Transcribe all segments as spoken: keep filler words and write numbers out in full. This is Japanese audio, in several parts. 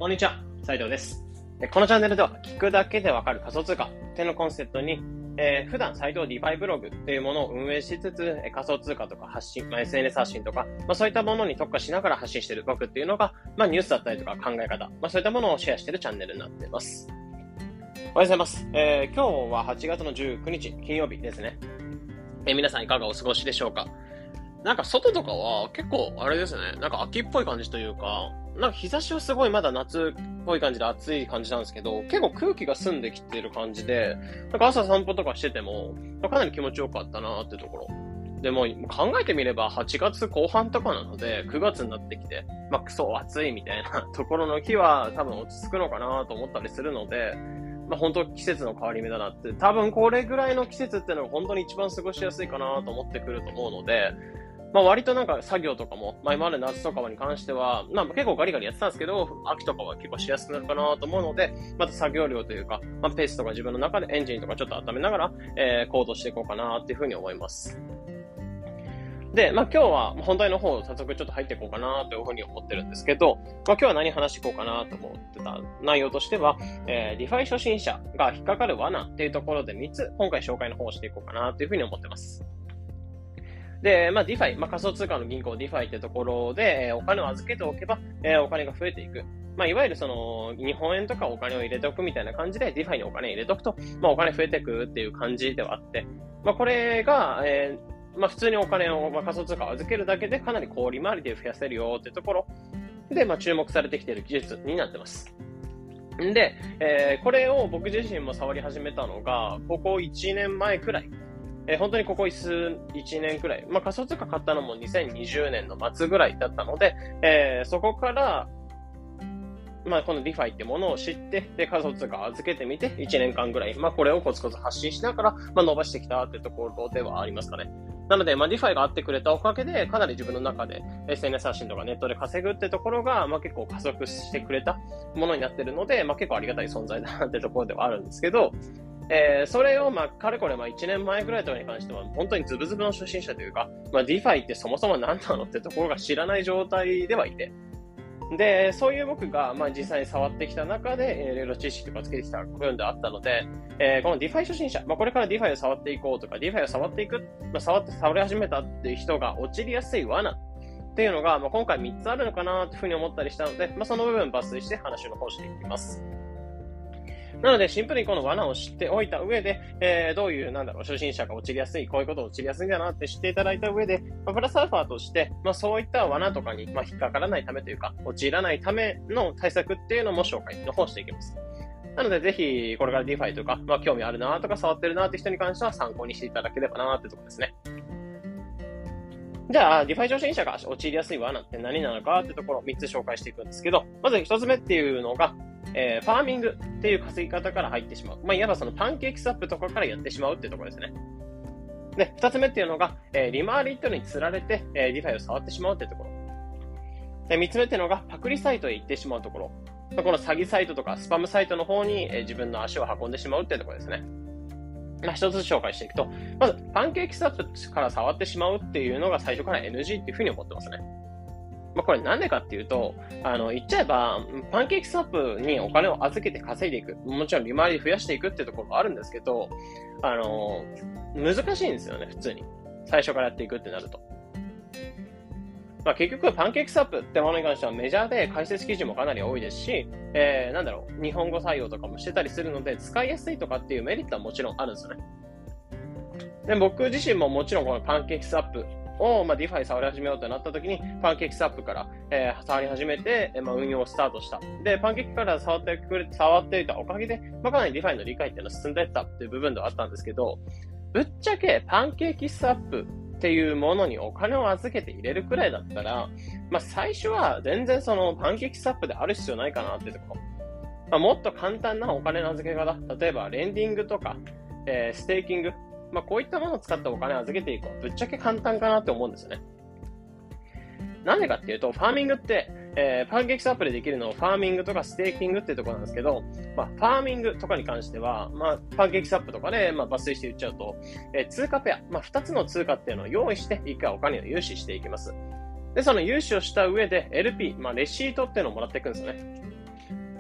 こんにちは、斉藤です。このチャンネルでは聞くだけでわかる仮想通貨っていうのコンセプトに、えー、普段斉藤 ディファイ ブログっていうものを運営しつつ、仮想通貨とか発信、まあ、エスエヌエス 発信とか、まあ、そういったものに特化しながら発信している僕っていうのが、まあ、ニュースだったりとか考え方、まあ、そういったものをシェアしているチャンネルになっています。おはようございます。えー、今日ははちがつのじゅうくにち金曜日ですね。えー、皆さんいかがお過ごしでしょうか。なんか外とかは結構あれですね、なんか秋っぽい感じというか、なんか日差しはすごいまだ夏っぽい感じで暑い感じなんですけど、結構空気が澄んできてる感じで、なんか朝散歩とかしてても、かなり気持ちよかったなーってところ。でも考えてみればはちがつこう半とかなので、くがつになってきて、まあクソ暑いみたいなところの日は多分落ち着くのかなと思ったりするので、まあ本当季節の変わり目だなって、多分これぐらいの季節っていうのが本当に一番過ごしやすいかなと思ってくると思うので、まあ割となんか作業とかも、まあ今まで夏とかに関しては、まあ結構ガリガリやってたんですけど、秋とかは結構しやすくなるかなと思うので、また作業量というか、まあペースとか自分の中でエンジンとかちょっと温めながら、えー、行動していこうかなっていうふうに思います。で、まあ今日は本題の方早速ちょっと入っていこうかなというふうに思ってるんですけど、まあ今日は何話していこうかなと思ってた内容としては、えー、ディファイ 初心者が引っかかる罠っていうところでみっつ今回紹介の方をしていこうかなというふうに思ってます。で、まあ、ディファイ、まあ、仮想通貨の銀行 ディファイ ってところで、えー、お金を預けておけば、えー、お金が増えていく。まあ、いわゆるその、日本円とかお金を入れておくみたいな感じで、ディファイ にお金入れておくと、まあ、お金増えていくっていう感じではあって、まあ、これが、えー、まあ、普通にお金を、まあ、仮想通貨を預けるだけでかなり小利回りで増やせるよっていうところで、まあ、注目されてきている技術になってます。で、えー、これを僕自身も触り始めたのが、ここいちねんまえくらい。えー、本当にここいちねんくらい。まあ、仮想通貨買ったのもにせんにじゅうねんの末ぐらいだったので、えー、そこから、まあ、この ディファイ ってものを知って、で、仮想通貨を預けてみて、いちねんかんぐらい、まあ、これをコツコツ発信しながら、まあ、伸ばしてきたってところではありますかね。なので、まあ、ディファイ があってくれたおかげで、かなり自分の中で エスエヌエス 発信とかネットで稼ぐってところが、まあ、結構加速してくれたものになっているので、まあ、結構ありがたい存在だなってところではあるんですけど、えー、それを、まあ、かれこれ、まあ、いちねんまえぐらいとかに関しては、本当にズブズブの初心者というか、まあ、ディファイ ってそもそも何なのってところが知らない状態ではいて、で、そういう僕が、まあ、実際に触ってきた中で、えー、いろいろ知識とかつけてきた部分であったので、えー、この ディファイ 初心者、まあ、これから ディファイ を触っていこうとか、ディファイ を触っていく、まあ、触って、触り始めたっていう人が陥りやすい罠っていうのが、まあ、今回みっつあるのかなというふうに思ったりしたので、まあ、その部分抜粋して話の方していきます。なので、シンプルにこの罠を知っておいた上で、えー、どういう、なんだろう、初心者が陥りやすい、こういうことを陥りやすいんだなって知っていただいた上で、まあ、プラスアルファとして、まあ、そういった罠とかに、まあ、引っかからないためというか、陥らないための対策っていうのも紹介の方していきます。なので、ぜひ、これから ディファイ とか、まあ、興味あるなとか、触ってるなって人に関しては参考にしていただければなってところですね。じゃあ、ディファイ 初心者が陥りやすい罠って何なのかってところをみっつ紹介していくんですけど、まずひとつめっていうのが、えー、ファーミングっていう稼ぎ方から入ってしまう。まあ、いわばそのパンケーキスワップとかからやってしまうっていうところですね。で、二つ目っていうのが、えー、利回りっていうのに釣られて、えー、ディファイを触ってしまうっていうところ。で、三つ目っていうのが、パクリサイトへ行ってしまうところ。まあ、この詐欺サイトとかスパムサイトの方に、えー、自分の足を運んでしまうっていうところですね。まあ、一つ紹介していくと、まず、パンケーキスワップから触ってしまうっていうのが最初から エヌジー っていうふうに思ってますね。まあ、これなんでかっていうと、あの、言っちゃえば、パンケーキスワップにお金を預けて稼いでいく。もちろん利回り増やしていくっていうところもあるんですけど、あの、難しいんですよね、普通に。最初からやっていくってなると。まあ、結局、パンケーキスワップってものに関してはメジャーで解説記事もかなり多いですし、えー、なんだろう、日本語採用とかもしてたりするので、使いやすいとかっていうメリットはもちろんあるんですよね。で、僕自身ももちろんこのパンケーキスワップを、まあ、ディファイ 触り始めようとなった時に、パンケーキスワップから、えー、触り始めて、えー、まあ、運用をスタートした。で、パンケーキから触ってくれ、触っていたおかげで、まあ、かなりディファイの理解っていうのは進んでいったっていう部分ではあったんですけど、ぶっちゃけパンケーキスワップっていうものにお金を預けて入れるくらいだったら、まあ、最初は全然そのパンケーキスワップである必要ないかなっていうところ。まあ、もっと簡単なお金の預け方、例えばレンディングとか、えー、ステーキング、まあ、こういったものを使ってお金を預けていくのはぶっちゃけ簡単かなって思うんですよね。なんでかっていうと、ファーミングって、えー、パンケーキスワップでできるのはファーミングとかステーキングっていうところなんですけど、まあ、ファーミングとかに関しては、まあ、パンケーキスワップとかで、まあ、抜粋して言っちゃうと、えー、通貨ペア、まあ、二つの通貨っていうのを用意して、一回お金を融資していきます。で、その融資をした上で エルピー、まあ、レシートっていうのをもらっていくんですよね。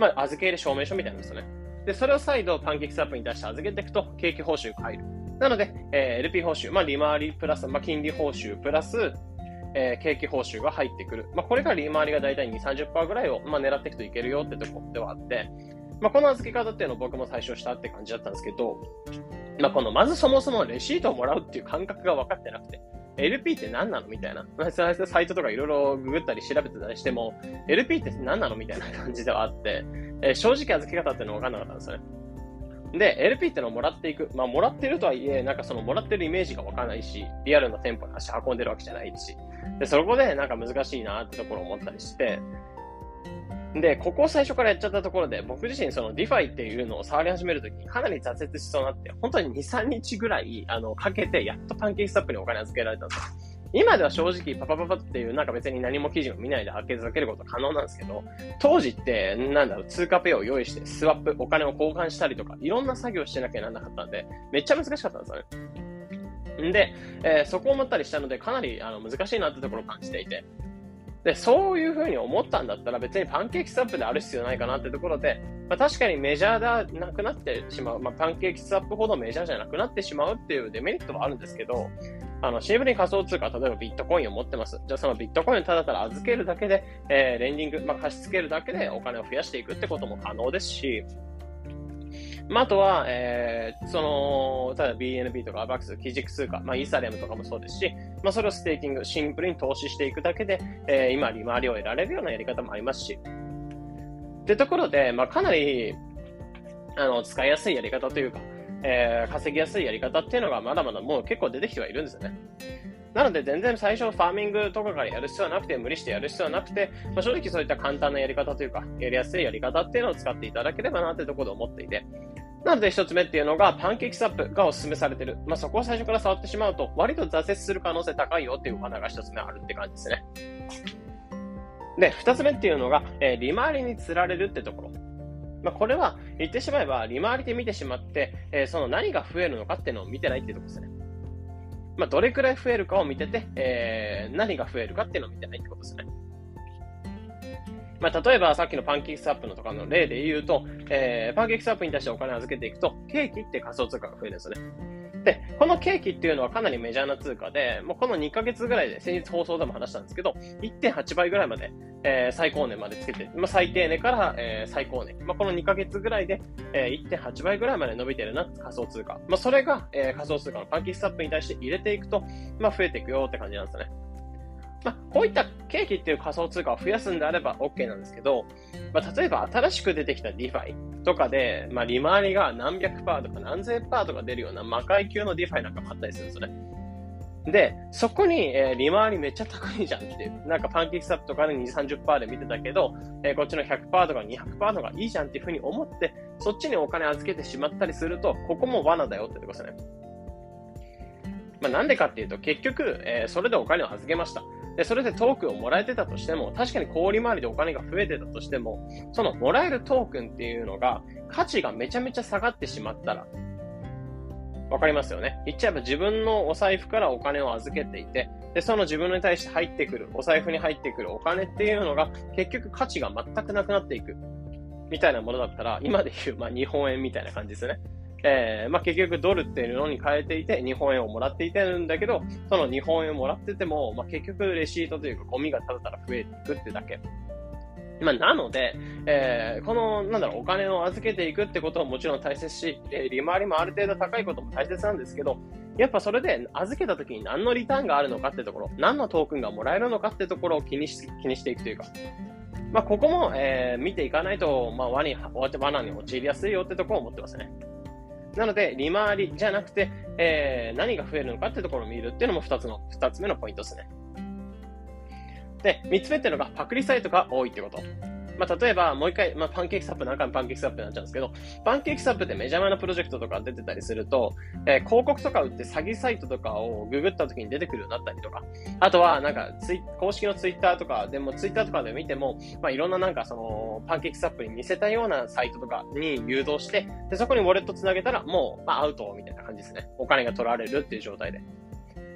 まあ、預け入れ証明書みたいなんですよね。で、それを再度パンケーキスワップに対して預けていくと、景気報酬が入る。なので、えー、エルピー 報酬、まあ、利回りプラス、まあ、金利報酬プラス、えー、景気報酬が入ってくる。まあ、これが利回りがだいたいにじゅう、さんじゅっパーセント ぐらいを、まあ、狙っていくといけるよってところではあって、まあ、この預け方っていうのを僕も最初したって感じだったんですけど、まあ、この、まずそもそもレシートをもらうっていう感覚が分かってなくて、エルピー って何なのみたいな。サイトとかいろいろググったり調べてたりしても、エルピー って何なのみたいな感じではあって、えー、正直預け方っていうのは分かんなかったんですよね。で、エルピー ってのをもらっていく。まあ、もらってるとはいえ、なんかそのもらってるイメージがわからないし、リアルな店舗に足運んでるわけじゃないし。で、そこでなんか難しいなってところを思ったりして、で、ここを最初からやっちゃったところで、僕自身その ディファイ っていうのを触り始めるときにかなり挫折しそうになって、本当にに、さんにちぐらい、あの、かけて、やっとパンケーキスワップにお金預けられたんですよ。今では正直パパパパっていうなんか別に何も記事を見ないで預けること可能なんですけど、当時ってなんだろう、通貨ペイを用意してスワップ、お金を交換したりとか、いろんな作業してなきゃならなかったんで、めっちゃ難しかったんですよね。んで、えー、そこを思ったりしたので、かなりあの難しいなってところを感じていて、で、そういう風に思ったんだったら別にパンケーキスワップである必要ないかなってところで、まあ、確かにメジャーでなくなってしまう、まあ、パンケーキスワップほどメジャーじゃなくなってしまうっていうデメリットはあるんですけど、あの、シンプルに仮想通貨、例えばビットコインを持ってます。じゃあそのビットコインをただただ預けるだけで、えー、レンディング、まあ、貸し付けるだけでお金を増やしていくってことも可能ですし、まあ、あとは、えー、その、例えば ビーエヌビー とか アバックス、基軸通貨、まあ、イーサリアムとかもそうですし、まあ、それをステーキング、シンプルに投資していくだけで、えー、今、利回りを得られるようなやり方もありますし。ってところで、まあ、かなり、あの、使いやすいやり方というか、えー、稼ぎやすいやり方っていうのがまだまだもう結構出てきてはいるんですよね。なので全然最初ファーミングとかからやる必要はなくて、無理してやる必要はなくて、まあ、正直そういった簡単なやり方というか、やりやすいやり方っていうのを使っていただければなってところで思っていて。なので一つ目っていうのがパンケーキスワップがお勧めされている。まあ、そこを最初から触ってしまうと割と挫折する可能性高いよっていうお話が一つ目あるって感じですね。で、二つ目っていうのが、えー、利回りに釣られるってところ。まあ、これは言ってしまえば利回りで見てしまって、えー、その何が増えるのかっていうのを見てないっていうところですね。まあ、どれくらい増えるかを見てて、えー、何が増えるかっていうのを見てないってことですね。まあ、例えばさっきのパンケーキスワップのとかの例で言うと、えー、パンケーキスワップに対してお金を預けていくと、ケーキって仮想通貨が増えるんですよね。で、このケーキっていうのはかなりメジャーな通貨で、もうこのにかげつぐらいで、先日放送でも話したんですけど、いってんはちばいぐらいまで、えー、最高値までつけて、まあ、最低値から、えー、最高値。まあ、このにかげつぐらいで、えー、いってんはちばいぐらいまで伸びてるな、仮想通貨。まあ、それが、えー、仮想通貨のパンケーキスワップに対して入れていくと、まあ、増えていくよって感じなんですね。まあ、こういったケーキっていう仮想通貨を増やすんであれば OK なんですけど、まあ、例えば新しく出てきた ディファイ とかで、まあ、利回りが何百パーとか何千パーとか出るような魔界級の ディファイ なんかもあったりするんですよね。で、そこに、えー、利回りめっちゃ高いじゃんっていう。なんかパンケーキスワップとかでにじゅう、さんじゅっパーセントで見てたけど、えー、こっちの ひゃくパーセント とかにひゃくパーセント のがいいじゃんっていうふうに思って、そっちにお金預けてしまったりすると、ここも罠だよってとこですね。まあ、なんでかっていうと、結局、えー、それでお金を預けました。で、それでトークンをもらえてたとしても、確かに小売回りでお金が増えてたとしても、そのもらえるトークンっていうのが、価値がめちゃめちゃ下がってしまったら、わかりますよね。言っちゃえば自分のお財布からお金を預けていて、で、その自分に対して入ってくる、お財布に入ってくるお金っていうのが、結局価値が全くなくなっていく。みたいなものだったら、今で言う、まあ、日本円みたいな感じですね。えー、まあ、結局ドルっていうのに変えていて、日本円をもらっていてるんだけど、その日本円をもらってても、まあ、結局レシートというかゴミがただただ増えていくってだけ。まあ、なので、えー、この、なんだろう、お金を預けていくってことももちろん大切し、えー、利回りもある程度高いことも大切なんですけど、やっぱそれで預けた時に何のリターンがあるのかってところ、何のトークンがもらえるのかってところを気にし、気にしていくというか、まあ、ここも、えー、見ていかないと、まあ、輪に、罠に陥りやすいよってところを思ってますね。なので、利回りじゃなくて、えー、何が増えるのかってところを見るっていうのも二つの、二つ目のポイントですね。で、三つ目っていうのがパクリサイトが多いってこと。まあ、例えば、もう一回、まあ、パンケーキスワップ何回もパンケーキスワップになっちゃうんですけど、パンケーキスワップでメジャーなプロジェクトとか出てたりすると、えー、広告とか売って詐欺サイトとかをググった時に出てくるようになったりとか、あとは、なんかツイ、公式のツイッターとかでも、ツイッターとかで見ても、まあ、いろんななんかその、パンケーキスワップに似せたようなサイトとかに誘導して、で、そこにウォレットつなげたら、もう、まあ、アウトみたいな感じですね。お金が取られるっていう状態で。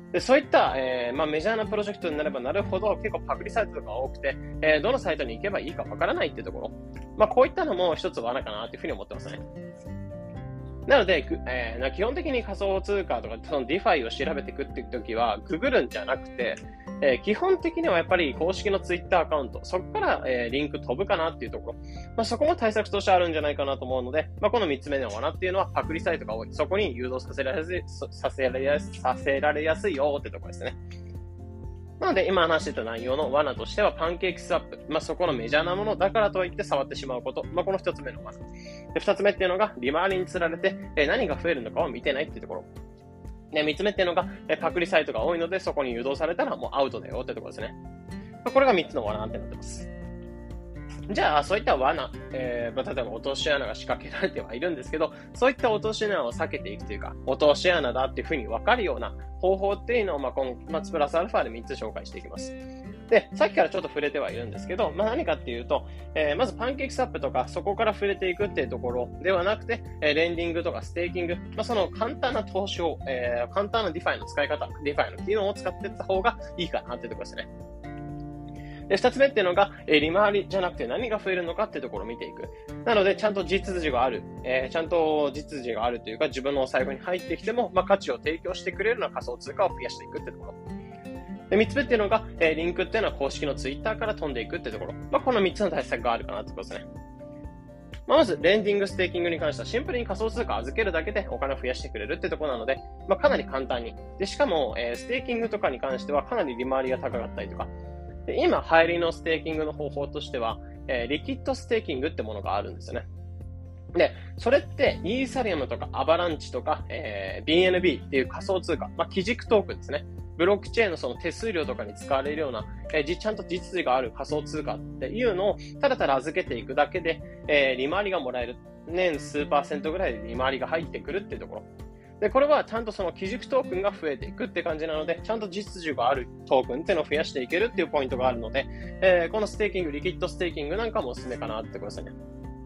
でそういった、えーまあ、メジャーなプロジェクトになればなるほど結構パクリサイトとか多くて、えー、どのサイトに行けばいいかわからないっていうところ、まあ、こういったのも一つ罠かなというふうに思ってますね。なので、えー、基本的に仮想通貨とかその ディファイ を調べていくっていうときはググるんじゃなくて、えー、基本的にはやっぱり公式の Twitter アカウント、そこから、えー、リンク飛ぶかなっていうところ、まあ、そこも対策としてあるんじゃないかなと思うので、まあ、このみっつめの罠っていうのはパクリサイトが多い。そこに誘導させられやすい、させられやすさせられやすいよってところですね。なので、今話してた内容の罠としては、パンケーキスワップ。まあ、そこのメジャーなものだからといって触ってしまうこと。まあ、この一つ目の罠。で、二つ目っていうのが、利回りにつられて、えー、何が増えるのかを見てないっていうところ。で、三つ目っていうのが、えー、パクリサイトが多いので、そこに誘導されたらもうアウトだよってところですね。まあ、これが三つの罠ってなってます。じゃあ、そういった罠、えーまあ、例えば落とし穴が仕掛けられてはいるんですけど、そういった落とし穴を避けていくというか、落とし穴だっていうふうに分かるような方法っていうのを、まあ、今月プラスアルファでみっつ紹介していきます。で、さっきからちょっと触れてはいるんですけど、まあ、何かっていうと、えー、まずパンケーキスワップとか、そこから触れていくっていうところではなくて、えー、レンディングとかステーキング、まあ、その簡単な投資を、えー、簡単なディファイの使い方、ディファイの機能を使っていった方がいいかなっていうところですね。で、二つ目っていうのが、えー、利回りじゃなくて何が増えるのかっていうところを見ていく。なので、ちゃんと実需がある、えー、ちゃんと実需があるというか、自分のお財布に入ってきても、まあ、価値を提供してくれるような仮想通貨を増やしていくってところ。で、三つ目っていうのが、えー、リンクっていうのは公式のツイッターから飛んでいくってところ。まあ、この三つの対策があるかなってことですね。まあ、まず、レンディング、ステーキングに関しては、シンプルに仮想通貨を預けるだけでお金を増やしてくれるってところなので、まあ、かなり簡単に。で、しかも、えー、ステーキングとかに関しては、かなり利回りが高かったりとか、で今、流行りのステーキングの方法としては、えー、リキッドステーキングってものがあるんですよね。で、それって、イーサリアムとかアバランチとか、えー、ビーエヌビー っていう仮想通貨、まあ、基軸トークンですね。ブロックチェーンのその手数料とかに使われるような、えー、ちゃんと実利がある仮想通貨っていうのを、ただただ預けていくだけで、えー、利回りがもらえる。年数パーセントぐらいで利回りが入ってくるっていうところ。で、これはちゃんとその基軸トークンが増えていくって感じなので、ちゃんと実需があるトークンっていうのを増やしていけるっていうポイントがあるので、えー、このステーキング、リキッドステーキングなんかもおすすめかなってことですね。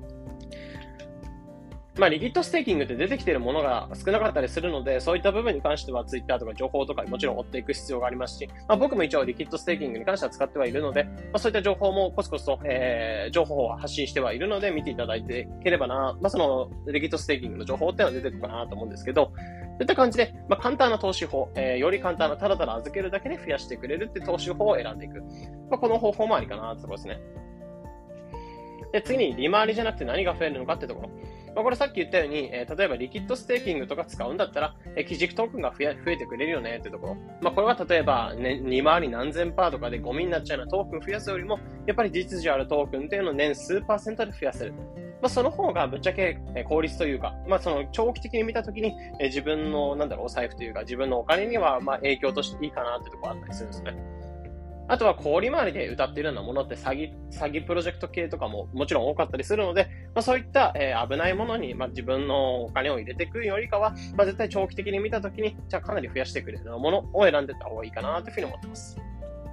まあ、リキッドステーキングって出てきているものが少なかったりするので、そういった部分に関しては Twitter とか情報とかもちろん追っていく必要がありますし、まあ、僕も一応リキッドステーキングに関しては使ってはいるので、まあ、そういった情報もコツコツと、えー、情報を発信してはいるので見ていただいていければな、まあ、そのリキッドステーキングの情報っていうのは出てくるかなと思うんですけど、そういった感じで、まあ、簡単な投資法、えー、より簡単なただただ預けるだけで増やしてくれるって投資法を選んでいく。まあ、この方法もありかなってところですね。で、次に利回りじゃなくて何が増えるのかってところ。まあ、これさっき言ったように、えー、例えばリキッドステーキングとか使うんだったら、えー、基軸トークンが増え、増えてくれるよねってところ。まあ、これは例えば、ね、に回り何千パーとかでゴミになっちゃうようなトークン増やすよりも、やっぱり実需あるトークンっていうのを年数パーセントで増やせる。まあ、その方がぶっちゃけ効率というか、まあ、その長期的に見たときに、えー、自分の、なんだろう、お財布というか、自分のお金には、まあ、影響としていいかなってところあったりするんですね。あとは小売回りで歌っているようなものって詐欺、詐欺プロジェクト系とかももちろん多かったりするので、まあ、そういった、えー、危ないものに、まあ、自分のお金を入れていくよりかは、まあ、絶対長期的に見たときに、じゃあかなり増やしてくれるようなものを選んでいった方がいいかなというふうに思ってます。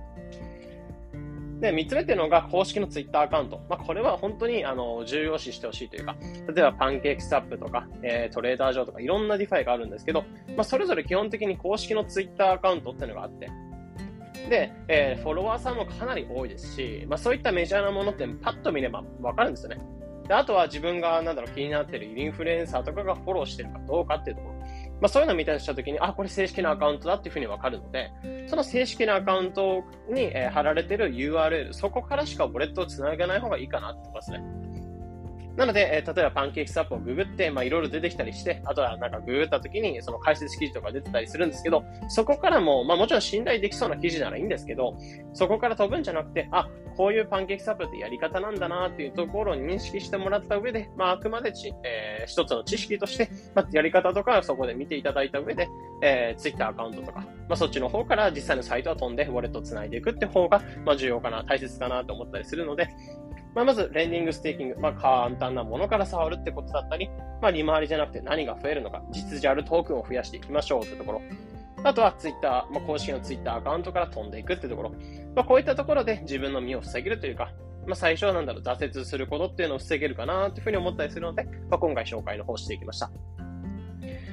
で、三つ目っていうのが公式のツイッターアカウント。まあ、これは本当にあの重要視してほしいというか、例えばパンケーキスワップとか、えー、トレーダー上とかいろんなディファイがあるんですけど、まあ、それぞれ基本的に公式のツイッターアカウントっていうのがあって、で、えー、フォロワーさんもかなり多いですし、まあ、そういったメジャーなものってパッと見ればわかるんですよね。で、あとは自分がなんだろう気になっているインフルエンサーとかがフォローしているかどうかっていうところ。まあ、そういうのを見たりしたときに、あ、これ正式なアカウントだっていうふうにわかるので、その正式なアカウントに、えー、貼られている ユーアールエル、そこからしかウォレットをつなげない方がいいかなって思いますね。なので、えー、例えばパンケーキスワップをググって、まあいろいろ出てきたりして、あとはなんかググった時にその解説記事とか出てたりするんですけど、そこからも、まあもちろん信頼できそうな記事ならいいんですけど、そこから飛ぶんじゃなくて、あ、こういうパンケーキスワップってやり方なんだなっていうところを認識してもらった上で、まああくまでち、えー、一つの知識として、まあやり方とかそこで見ていただいた上で、えー、Twitter アカウントとか、まあそっちの方から実際のサイトは飛んでウォレットをつないでいくって方が、まあ重要かな、大切かなと思ったりするので、まあ、まず、レンディング、ステーキング、まあ、簡単なものから触るってことだったり、まあ、利回りじゃなくて何が増えるのか、実需あるトークンを増やしていきましょうってところ。あとは、ツイッター、まあ、公式のツイッターアカウントから飛んでいくってところ。まあ、こういったところで自分の身を防げるというか、まあ、最初はなんだろう、挫折することっていうのを防げるかなというふうに思ったりするので、まあ、今回紹介の方していきました。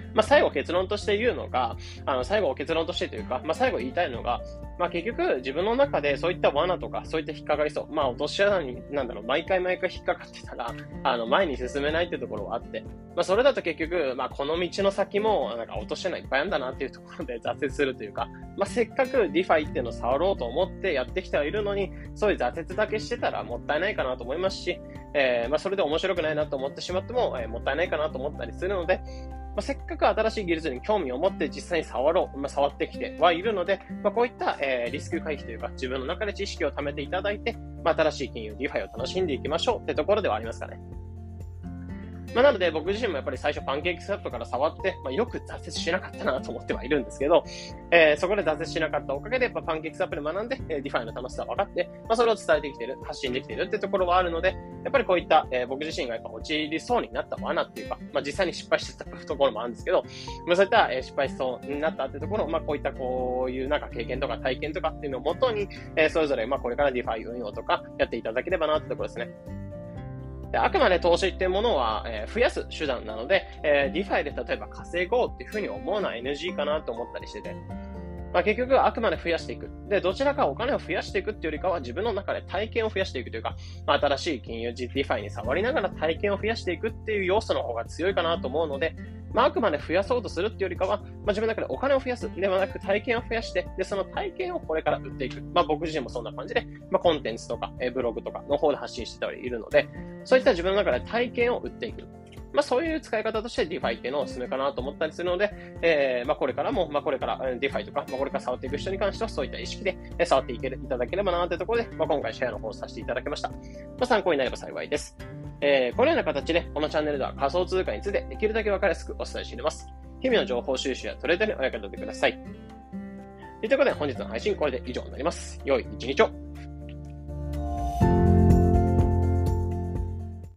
まあ、最後結論として言うのが、あの、最後結論としてというか、まあ、最後言いたいのが、まあ、結局自分の中でそういった罠とか、そういった引っかかりそう、まあ、落とし穴に、なんだろう、毎回毎回引っかかってたら、あの、前に進めないっていうところはあって、まあ、それだと結局、まあ、この道の先も、なんか落とし穴いっぱいあるんだなっていうところで挫折するというか、まあ、せっかく ディファイ っていうのを触ろうと思ってやってきてはいるのに、そういう挫折だけしてたらもったいないかなと思いますし、えー、まあ、それで面白くないなと思ってしまっても、えー、もったいないかなと思ったりするので、まあ、せっかく新しい技術に興味を持って実際に触ろう、まあ、触ってきてはいるので、まあ、こういった、えー、リスク回避というか、自分の中で知識を貯めていただいて、まあ、新しい金融 ディファイ を楽しんでいきましょうってところではありますかね。まあ、なので僕自身もやっぱり最初パンケーキスワップから触って、まあ、よく挫折しなかったなと思ってはいるんですけど、えー、そこで挫折しなかったおかげでやっぱパンケーキスワップで学んで、えー、ディファイの楽しさが分かって、まあ、それを伝えてきている、発信できているってところはあるので、やっぱりこういった、えー、僕自身がやっぱ陥りそうになった罠っていうか、まあ、実際に失敗してたところもあるんですけど、まあ、そういった、えー、失敗しそうになったってところを、まあ、こういったこういうなんか経験とか体験とかっていうのをもとに、えー、それぞれまあこれからディファイ運用とかやっていただければなってところですね。であくまで投資っていうものは、えー、増やす手段なので、えー、ディファイで例えば稼ごうっていうふうに思うのは エヌジー かなと思ったりしてて、まあ、結局あくまで増やしていく。で、どちらかお金を増やしていくっていうよりかは自分の中で体験を増やしていくというか、まあ、新しい金融 ディファイに触りながら体験を増やしていくっていう要素の方が強いかなと思うので、まあ、あくまで増やそうとするっていうよりかは、まあ、自分の中でお金を増やすではなく体験を増やして、で、その体験をこれから売っていく。まあ、僕自身もそんな感じで、まあ、コンテンツとか、えー、ブログとかの方で発信してたりいるので、そういった自分の中で体験を売っていく。まあ、そういう使い方として ディファイ っていうのをお勧めかなと思ったりするので、えー、まあ、これからも、まあ、これから ディファイ とか、まあ、これから触っていく人に関してはそういった意識で触っていける、いただければなというところで、まあ、今回シェアの方をさせていただきました。まあ、参考になれば幸いです。えー、このような形で、このチャンネルでは仮想通貨についてできるだけ分かりやすくお伝えしています。日々の情報収集やトレードにお役立てください。ということで、本日の配信これで以上になります。良い一日を。